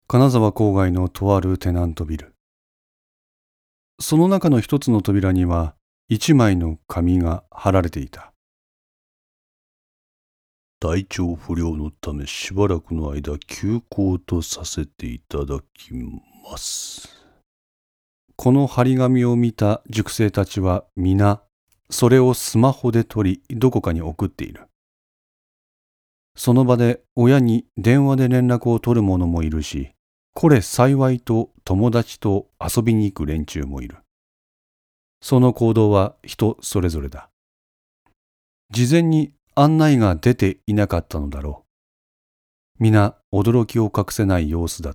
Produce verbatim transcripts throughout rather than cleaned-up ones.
金沢郊外のとあるテナントビル。その中の一つの扉には一枚の紙が貼られていた。体調不良のためしばらくの間休校とさせていただきます。この張り紙を見た塾生たちは皆それをスマホで撮りどこかに送っている。その場で親に電話で連絡を取る者もいるし、これ幸いと友達と遊びに行く連中もいる。その行動は人それぞれだ。事前に案内が出ていなかったのだろう。皆驚きを隠せない様子だった。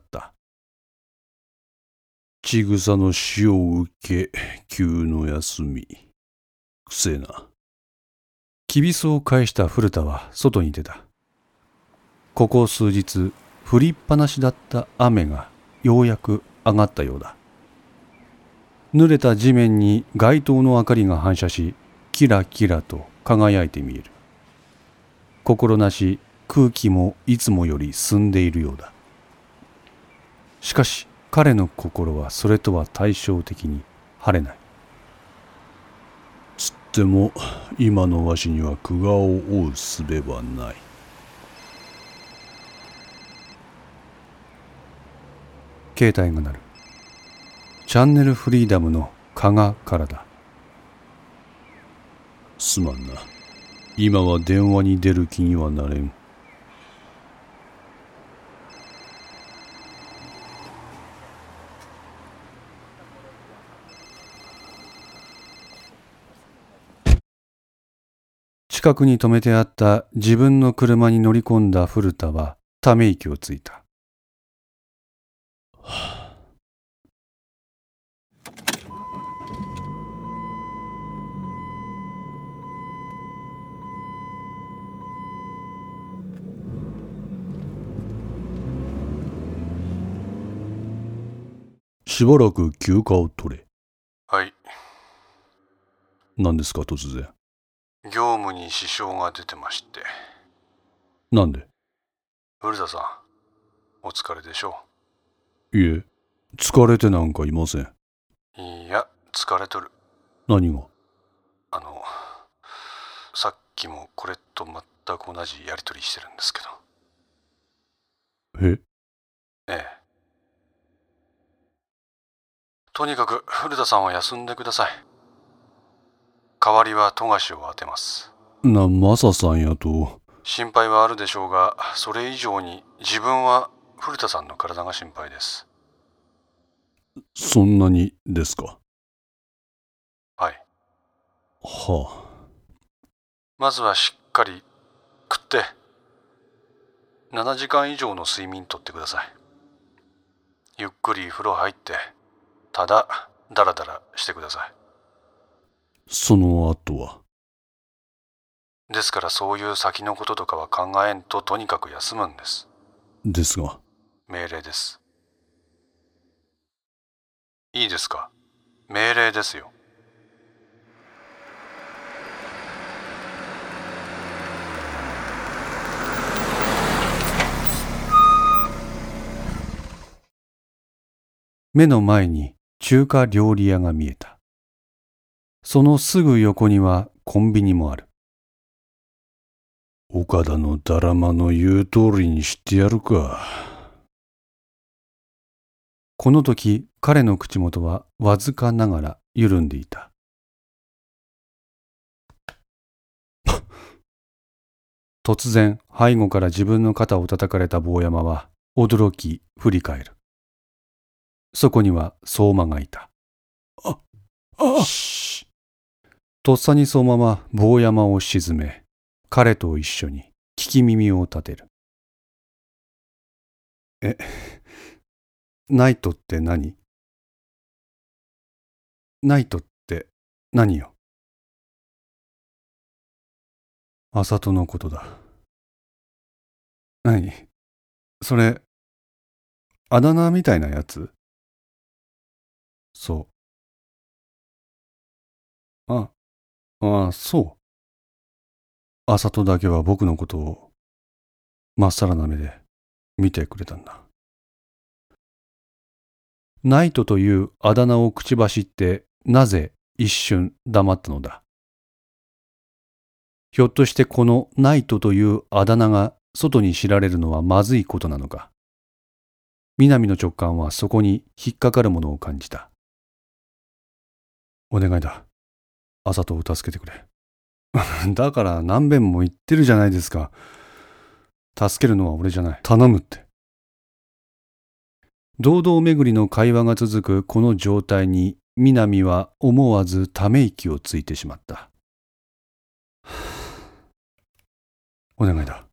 ちぐさの死を受け、急の休み。くせえな。きびすを返した古田は外に出た。ここ数日、降りっぱなしだった雨がようやく上がったようだ。濡れた地面に街灯の明かりが反射し、キラキラと輝いて見える。心なし空気もいつもより澄んでいるようだ。しかし彼の心はそれとは対照的に晴れない。つっても今のわしには久我を追う術はない。携帯が鳴る。チャンネルフリーダムの加賀からだ。すまんな。今は電話に出る気にはなれん。近くに止めてあった自分の車に乗り込んだ古田はため息をついた。しばらく休暇を取れ。はい。何ですか突然。業務に支障が出てまして。なんで？古田さん、お疲れでしょう。いえ、疲れてなんかいません。いや、疲れとる。何が？あの、さっきもこれと全く同じやり取りしてるんですけど。え？ええ。とにかく古田さんは休んでください。代わりは富樫を当てます。な、マサさんやと。心配はあるでしょうが、それ以上に自分は古田さんの体が心配です。そんなにですか？はい。はあ。まずはしっかり食って、ななじかん以上の睡眠とってください。ゆっくり風呂入って、ただダラダラしてください。その後は？ですからそういう先のこととかは考えんととにかく休むんです。ですが。命令です。いいですか？命令ですよ。目の前に中華料理屋が見えた。そのすぐ横にはコンビニもある。岡田のだらまの言う通りにしてやるか。この時彼の口元はわずかながら緩んでいた。突然背後から自分の肩を叩かれた坊山は驚き振り返る。そこには相馬がいた。あ、ああ。しとっさに相馬は坊山を沈め、彼と一緒に聞き耳を立てる。え、ナイトって何？ナイトって何よ？あさとのことだ。何？それ、あだ名みたいなやつ？そう。あ、ああ、そう。あさとだけは僕のことをまっさらな目で見てくれたんだ。 ナイトというあだ名を口走ってなぜ一瞬黙ったのだ。ひょっとしてこのナイトというあだ名が外に知られるのはまずいことなのか。南の直感はそこに引っかかるものを感じた。お願いだ。あさとを助けてくれ。だから何遍も言ってるじゃないですか。助けるのは俺じゃない。頼むって。堂々巡りの会話が続くこの状態に南は思わずため息をついてしまった。お願いだ。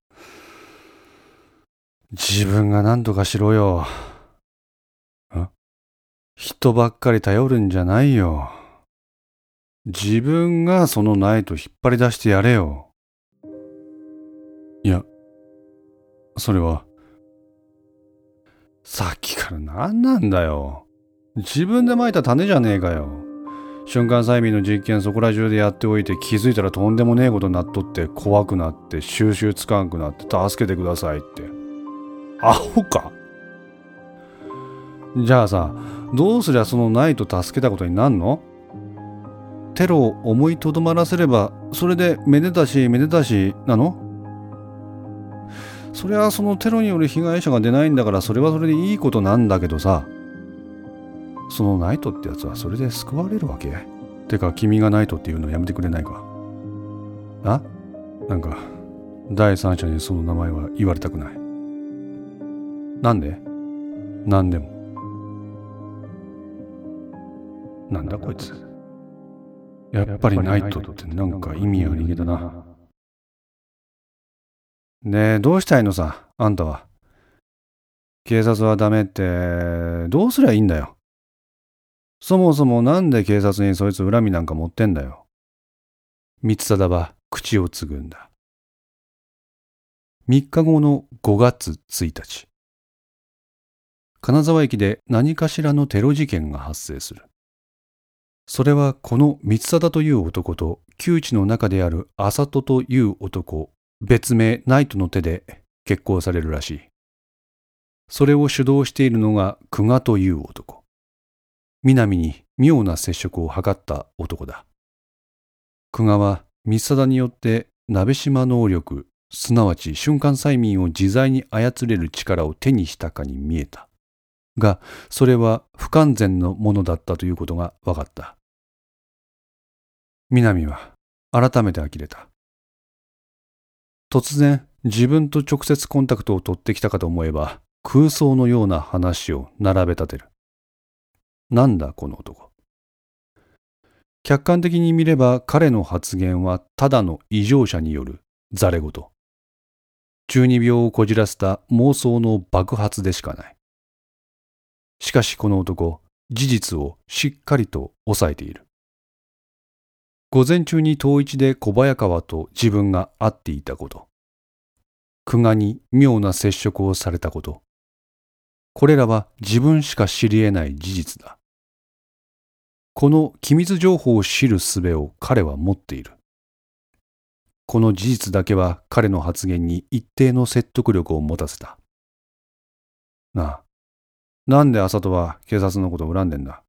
自分が何とかしろよ。あ？人ばっかり頼るんじゃないよ。自分がそのナイト引っ張り出してやれよ。いや、それは。さっきから何なんだよ。自分でまいた種じゃねえかよ。瞬間催眠の実験そこら中でやっておいて気づいたらとんでもねえことになっとって怖くなって収集つかんくなって助けてくださいって。アホか。じゃあさ、どうすりゃそのナイト助けたことになんの？テロを思いとどまらせればそれでめでたしめでたしなの？そりゃそのテロによる被害者が出ないんだからそれはそれでいいことなんだけどさ、そのナイトってやつはそれで救われるわけ？てか君がナイトっていうのやめてくれないか？あ？なんか第三者にその名前は言われたくない。なんで？なんでも。なんだこいつ。やっぱりナイトってなんか意味ありげだな。ねえ、どうしたいのさ、あんたは。警察はダメってどうすりゃいいんだよ。そもそもなんで警察にそいつ恨みなんか持ってんだよ。光貞は口をつぐんだ。みっかごのごがつついたち。金沢駅で何かしらのテロ事件が発生する。それはこの光貞という男と旧知の中である麻人という男、別名ナイトの手で決行されるらしい。それを主導しているのが久我という男。南に妙な接触を図った男だ。久我は光貞によって鍋島能力、すなわち瞬間催眠を自在に操れる力を手にしたかに見えた。が、それは不完全なものだったということが分かった。南は改めて呆れた。突然自分と直接コンタクトを取ってきたかと思えば空想のような話を並べ立てる。なんだこの男。客観的に見れば彼の発言はただの異常者によるざれ言。中二病をこじらせた妄想の爆発でしかない。しかしこの男、事実をしっかりと抑えている。午前中に東一で小早川と自分が会っていたこと。久我に妙な接触をされたこと。これらは自分しか知り得ない事実だ。この機密情報を知る術を彼は持っている。この事実だけは彼の発言に一定の説得力を持たせた。なあ、なんで麻人は警察のことを恨んでんだ？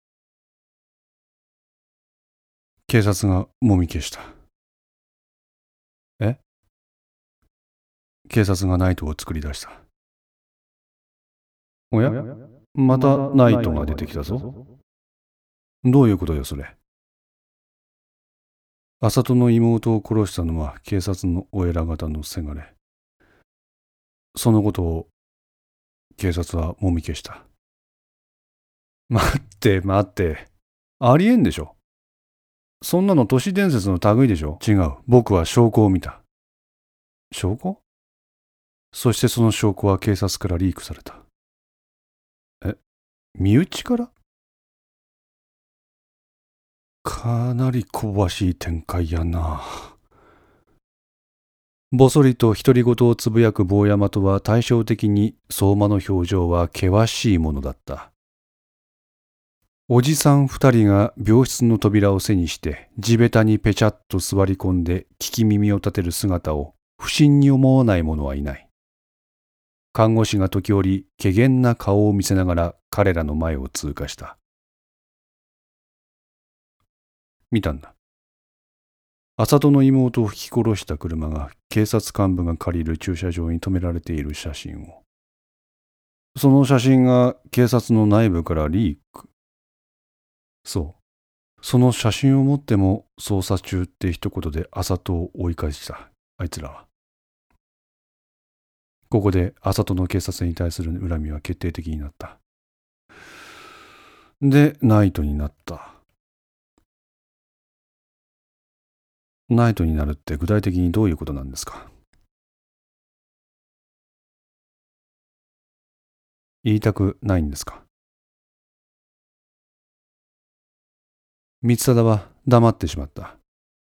警察がもみ消した。え？警察がナイトを作り出した。おや？またナイトが出てきたぞ。どういうことよそれ。麻人の妹を殺したのは警察のお偉方のせがれ。そのことを警察はもみ消した。待って待って。ありえんでしょ。そんなの都市伝説の類でしょ。違う。僕は証拠を見た。証拠？そしてその証拠は警察からリークされた。え、身内から？かなり香ばしい展開やな。ぼそりと独り言をつぶやく坊山とは対照的に相馬の表情は険しいものだった。おじさん二人が病室の扉を背にして地べたにぺちゃっと座り込んで聞き耳を立てる姿を不審に思わない者はいない。 看護師が時折怪訝な顔を見せながら彼らの前を通過した。見たんだ。麻戸の妹を引き殺した車が警察幹部が借りる駐車場に止められている写真を。その写真が警察の内部からリーク。そう。その写真を持っても捜査中って一言で麻戸を追い返した。あいつらは。ここで麻戸の警察に対する恨みは決定的になった。で、ナイトになった。ナイトになるって具体的にどういうことなんですか？言いたくないんですか？光貞は黙ってしまった。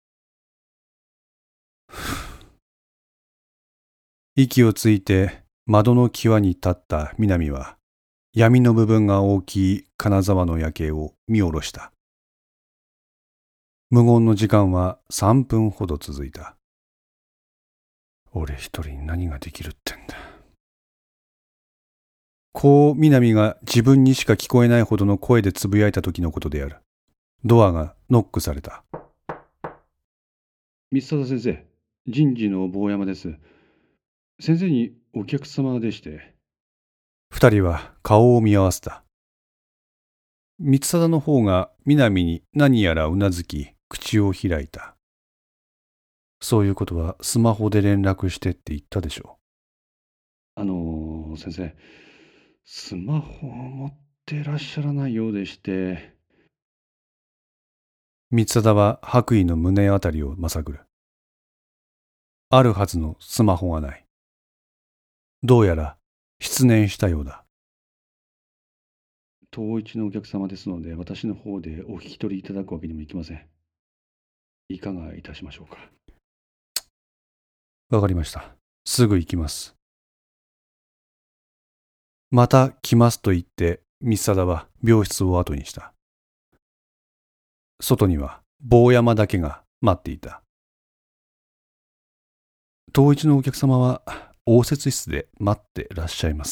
息をついて窓の際に立った南は闇の部分が大きい金沢の夜景を見下ろした。無言の時間は三分ほど続いた。俺一人に何ができるってんだ。こう南が自分にしか聞こえないほどの声でつぶやいた時のことである。ドアがノックされた。光貞先生、人事の坊山です。先生にお客様でして。二人は顔を見合わせた。光貞の方が南に何やらうなずき、口を開いた。そういうことはスマホで連絡してって言ったでしょう。あの先生、スマホを持ってらっしゃらないようでして。光貞は白衣の胸あたりをまさぐる。あるはずのスマホがない。どうやら失念したようだ。当一のお客様ですので、私の方でお引き取りいただくわけにもいきません。いかがいたしましょうか。わかりました。すぐ行きます。また来ますと言って光貞は病室を後にした。外には坊山だけが待っていた。当一のお客様は応接室で待ってらっしゃいます。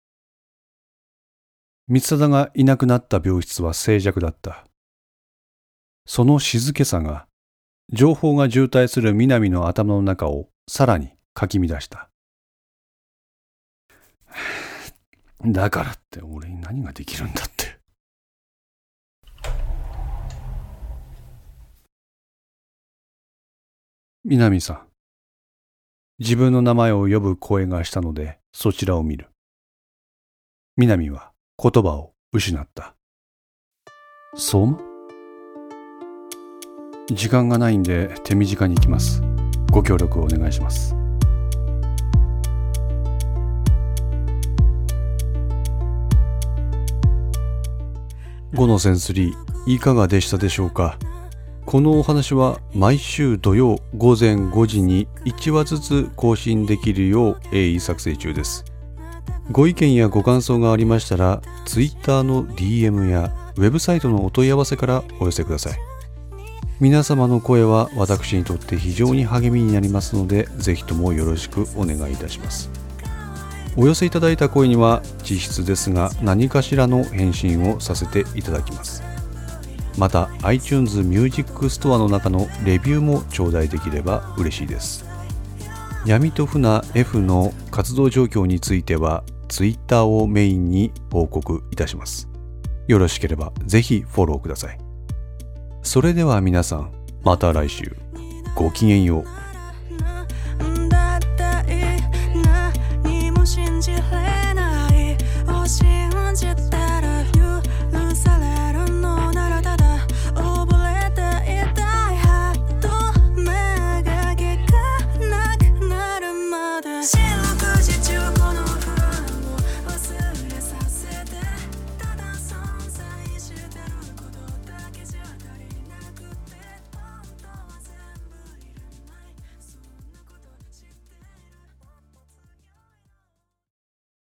光貞がいなくなった病室は静寂だった。その静けさが情報が渋滞する南の頭の中をさらにかき乱した。だからって俺に何ができるんだって。南さん、自分の名前を呼ぶ声がしたのでそちらを見る。南は言葉を失った。相馬？時間がないんで手短に行きます。ご協力をお願いします。ごのセンスリーいかがでしたでしょうか。このお話は毎週土曜午前ごじにいちわずつ更新できるよう鋭意作成中です。ご意見やご感想がありましたら Twitter の ディーエム やウェブサイトのお問い合わせからお寄せください。皆様の声は私にとって非常に励みになりますので、ぜひともよろしくお願いいたします。お寄せいただいた声には実質ですが何かしらの返信をさせていただきます。また iTunes Music Store の中のレビューも頂戴できれば嬉しいです。闇と船 F の活動状況については Twitter をメインに報告いたします。よろしければぜひフォローください。それでは皆さん、また来週。ごきげんよう。